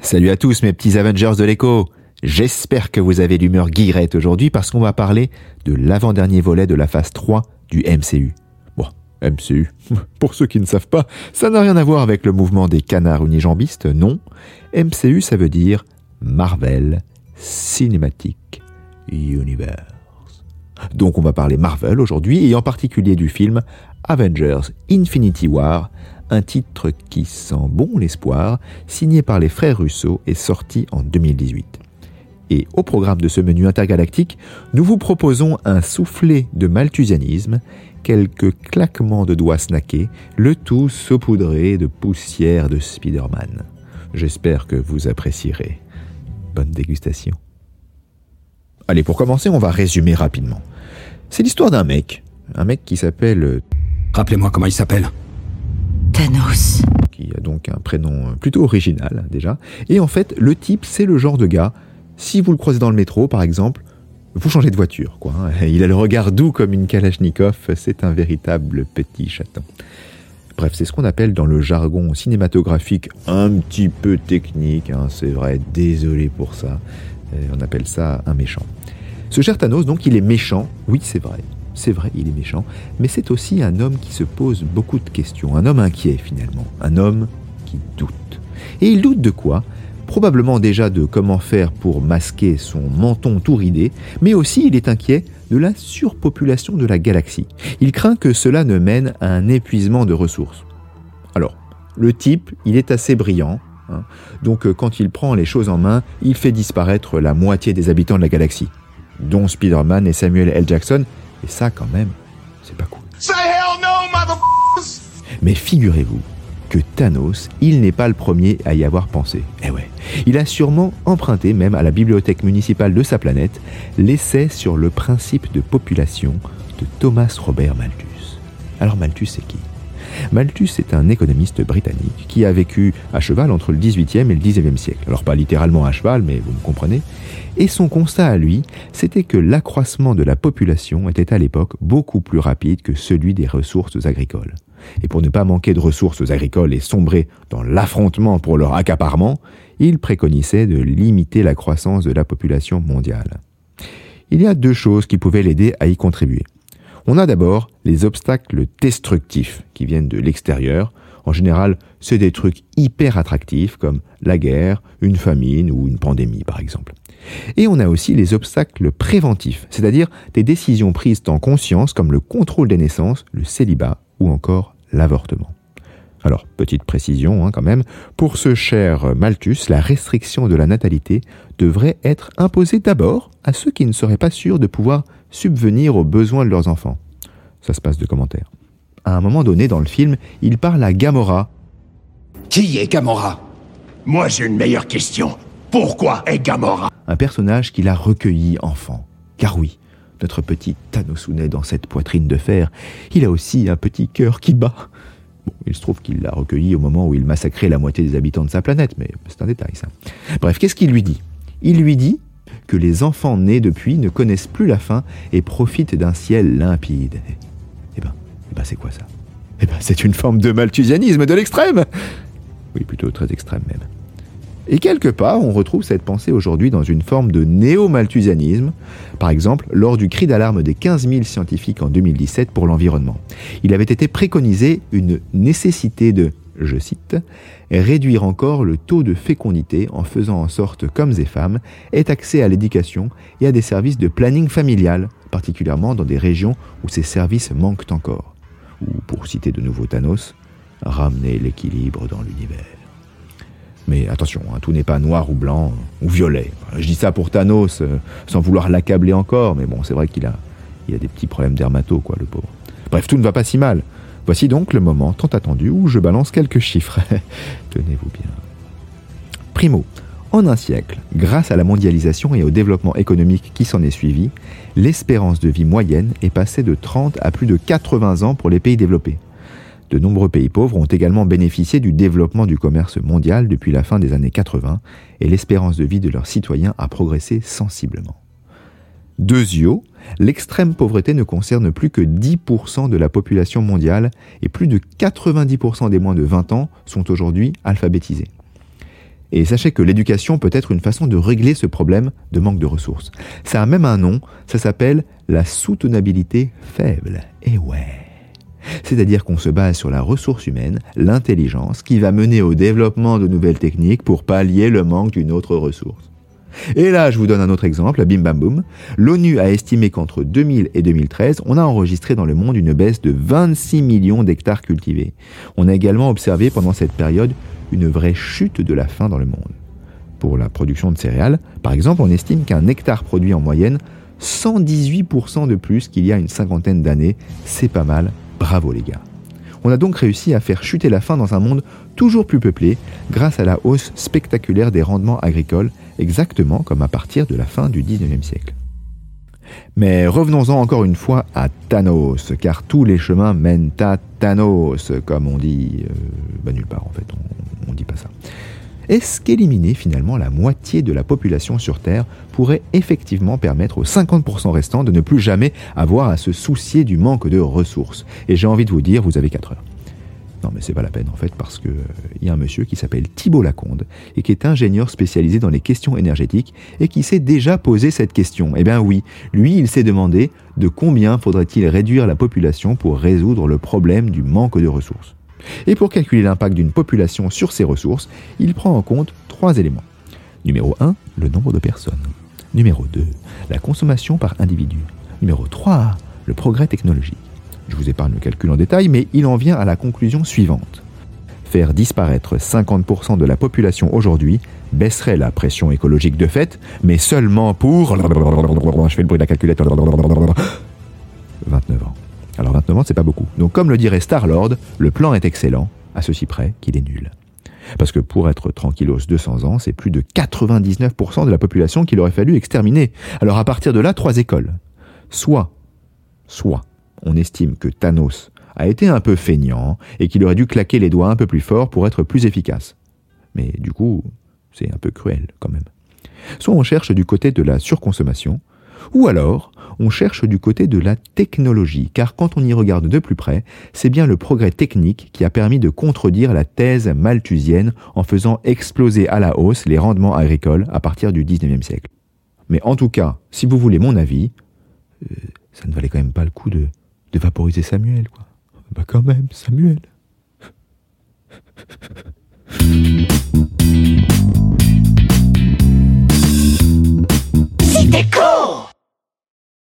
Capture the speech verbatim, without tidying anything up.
Salut à tous mes petits Avengers de l'écho. J'espère que vous avez l'humeur guillerette aujourd'hui parce qu'on va parler de l'avant-dernier volet de la phase trois du M C U. Bon, M C U, pour ceux qui ne savent pas, ça n'a rien à voir avec le mouvement des canards unijambistes, non. M C U, ça veut dire Marvel Cinematic Universe. Donc on va parler Marvel aujourd'hui et en particulier du film Avengers Infinity War, un titre qui sent bon l'espoir, signé par les frères Russo et sorti en deux mille dix-huit. Et au programme de ce menu intergalactique, nous vous proposons un soufflet de malthusianisme, quelques claquements de doigts snackés, le tout saupoudré de poussière de Spider-Man. J'espère que vous apprécierez. Bonne dégustation. Allez, pour commencer, on va résumer rapidement. C'est l'histoire d'un mec, un mec qui s'appelle... Rappelez-moi comment il s'appelle. Thanos. Qui a donc un prénom plutôt original, déjà. Et en fait, le type, c'est le genre de gars, si vous le croisez dans le métro, par exemple, vous changez de voiture, quoi. Il a le regard doux comme une Kalachnikov, c'est un véritable petit chaton. Bref, c'est ce qu'on appelle dans le jargon cinématographique un petit peu technique, hein, c'est vrai, désolé pour ça. On appelle ça un méchant. Ce cher Thanos, donc, il est méchant, oui, c'est vrai. C'est vrai, il est méchant, mais c'est aussi un homme qui se pose beaucoup de questions, un homme inquiet finalement, un homme qui doute. Et il doute de quoi ? Probablement déjà de comment faire pour masquer son menton tout ridé, mais aussi il est inquiet de la surpopulation de la galaxie. Il craint que cela ne mène à un épuisement de ressources. Alors, le type, il est assez brillant, hein, donc quand il prend les choses en main, il fait disparaître la moitié des habitants de la galaxie, dont Spider-Man et Samuel L. Jackson. Et ça, quand même, c'est pas cool. Say hell no, motherfuckers! Mais figurez-vous que Thanos, il n'est pas le premier à y avoir pensé. Eh ouais, il a sûrement emprunté, même à la bibliothèque municipale de sa planète, l'essai sur le principe de population de Thomas Robert Malthus. Alors Malthus, c'est qui ? Malthus est un économiste britannique qui a vécu à cheval entre le dix-huitième et le dix-neuvième siècle. Alors pas littéralement à cheval, mais vous me comprenez. Et son constat à lui, c'était que l'accroissement de la population était à l'époque beaucoup plus rapide que celui des ressources agricoles. Et pour ne pas manquer de ressources agricoles et sombrer dans l'affrontement pour leur accaparement, il préconisait de limiter la croissance de la population mondiale. Il y a deux choses qui pouvaient l'aider à y contribuer. On a d'abord les obstacles destructifs qui viennent de l'extérieur. En général, c'est des trucs hyper attractifs comme la guerre, une famine ou une pandémie par exemple. Et on a aussi les obstacles préventifs, c'est-à-dire des décisions prises en conscience comme le contrôle des naissances, le célibat ou encore l'avortement. Alors, petite précision hein, quand même, pour ce cher Malthus, la restriction de la natalité devrait être imposée d'abord à ceux qui ne seraient pas sûrs de pouvoir subvenir aux besoins de leurs enfants. Ça se passe de commentaires. À un moment donné dans le film, il parle à Gamora. Qui est Gamora ? Moi, j'ai une meilleure question. Pourquoi est Gamora? Un personnage qu'il a recueilli enfant. Car oui, notre petit Thanosounet dans cette poitrine de fer, il a aussi un petit cœur qui bat. Bon, il se trouve qu'il l'a recueilli au moment où il massacrait la moitié des habitants de sa planète, mais c'est un détail ça. Bref, qu'est-ce qu'il lui dit ? Il lui dit que les enfants nés depuis ne connaissent plus la faim et profitent d'un ciel limpide. Eh ben, eh ben c'est quoi ça ? Eh ben c'est une forme de malthusianisme de l'extrême ! Oui, plutôt très extrême même. Et quelque part, on retrouve cette pensée aujourd'hui dans une forme de néo-malthusianisme, par exemple lors du cri d'alarme des quinze mille scientifiques en deux mille dix-sept pour l'environnement. Il avait été préconisé une nécessité de, je cite, « réduire encore le taux de fécondité en faisant en sorte qu'hommes et femmes aient accès à l'éducation et à des services de planning familial, particulièrement dans des régions où ces services manquent encore. » Ou, pour citer de nouveau Thanos, « ramener l'équilibre dans l'univers ». Mais attention, hein, tout n'est pas noir ou blanc ou violet. Je dis ça pour Thanos, euh, sans vouloir l'accabler encore, mais bon, c'est vrai qu'il a, il a des petits problèmes dermato, quoi, le pauvre. Bref, tout ne va pas si mal. Voici donc le moment tant attendu où je balance quelques chiffres. Tenez-vous bien. Primo, en un siècle, grâce à la mondialisation et au développement économique qui s'en est suivi, l'espérance de vie moyenne est passée de trente à plus de quatre-vingts ans pour les pays développés. De nombreux pays pauvres ont également bénéficié du développement du commerce mondial depuis la fin des années quatre-vingts et l'espérance de vie de leurs citoyens a progressé sensiblement. Deuxièmement, l'extrême pauvreté ne concerne plus que dix pour cent de la population mondiale et plus de quatre-vingt-dix pour cent des moins de vingt ans sont aujourd'hui alphabétisés. Et sachez que l'éducation peut être une façon de régler ce problème de manque de ressources. Ça a même un nom, ça s'appelle la soutenabilité faible. Et ouais. C'est-à-dire qu'on se base sur la ressource humaine, l'intelligence, qui va mener au développement de nouvelles techniques pour pallier le manque d'une autre ressource. Et là, je vous donne un autre exemple, bim bam boum. L'ONU a estimé qu'entre deux mille et deux mille treize, on a enregistré dans le monde une baisse de vingt-six millions d'hectares cultivés. On a également observé pendant cette période une vraie chute de la faim dans le monde. Pour la production de céréales, par exemple, on estime qu'un hectare produit en moyenne cent dix-huit pour cent de plus qu'il y a une cinquantaine d'années. C'est pas mal, bravo les gars. On a donc réussi à faire chuter la faim dans un monde toujours plus peuplé grâce à la hausse spectaculaire des rendements agricoles, exactement comme à partir de la fin du dix-neuvième siècle. Mais revenons-en encore une fois à Thanos, car tous les chemins mènent à Thanos, comme on dit... Euh, bah nulle part en fait, on, on dit pas ça. Est-ce qu'éliminer finalement la moitié de la population sur Terre pourrait effectivement permettre aux cinquante pour cent restants de ne plus jamais avoir à se soucier du manque de ressources? Et j'ai envie de vous dire, vous avez quatre heures. Non mais c'est pas la peine en fait, parce que euh, y a un monsieur qui s'appelle Thibault Lacombe et qui est ingénieur spécialisé dans les questions énergétiques et qui s'est déjà posé cette question. Eh bien oui, lui il s'est demandé de combien faudrait-il réduire la population pour résoudre le problème du manque de ressources. Et pour calculer l'impact d'une population sur ses ressources, il prend en compte trois éléments. Numéro un, le nombre de personnes. Numéro deux, la consommation par individu. Numéro trois, le progrès technologique. Je vous épargne le calcul en détail, mais il en vient à la conclusion suivante. Faire disparaître cinquante pour cent de la population aujourd'hui baisserait la pression écologique de fait, mais seulement pour... Je fais le bruit de la calculette. vingt-neuf ans. Alors vingt-neuf ans, c'est pas beaucoup. Donc comme le dirait Star-Lord, le plan est excellent, à ceci près qu'il est nul. Parce que pour être tranquillos deux cents ans, c'est plus de quatre-vingt-dix-neuf pour cent de la population qu'il aurait fallu exterminer. Alors à partir de là, trois écoles. Soit, soit, on estime que Thanos a été un peu feignant et qu'il aurait dû claquer les doigts un peu plus fort pour être plus efficace. Mais du coup, c'est un peu cruel quand même. Soit on cherche du côté de la surconsommation, ou alors on cherche du côté de la technologie, car quand on y regarde de plus près, c'est bien le progrès technique qui a permis de contredire la thèse malthusienne en faisant exploser à la hausse les rendements agricoles à partir du dix-neuvième siècle. Mais en tout cas, si vous voulez mon avis, euh, ça ne valait quand même pas le coup de, de vaporiser Samuel, quoi. Bah quand même, Samuel. C'était cool!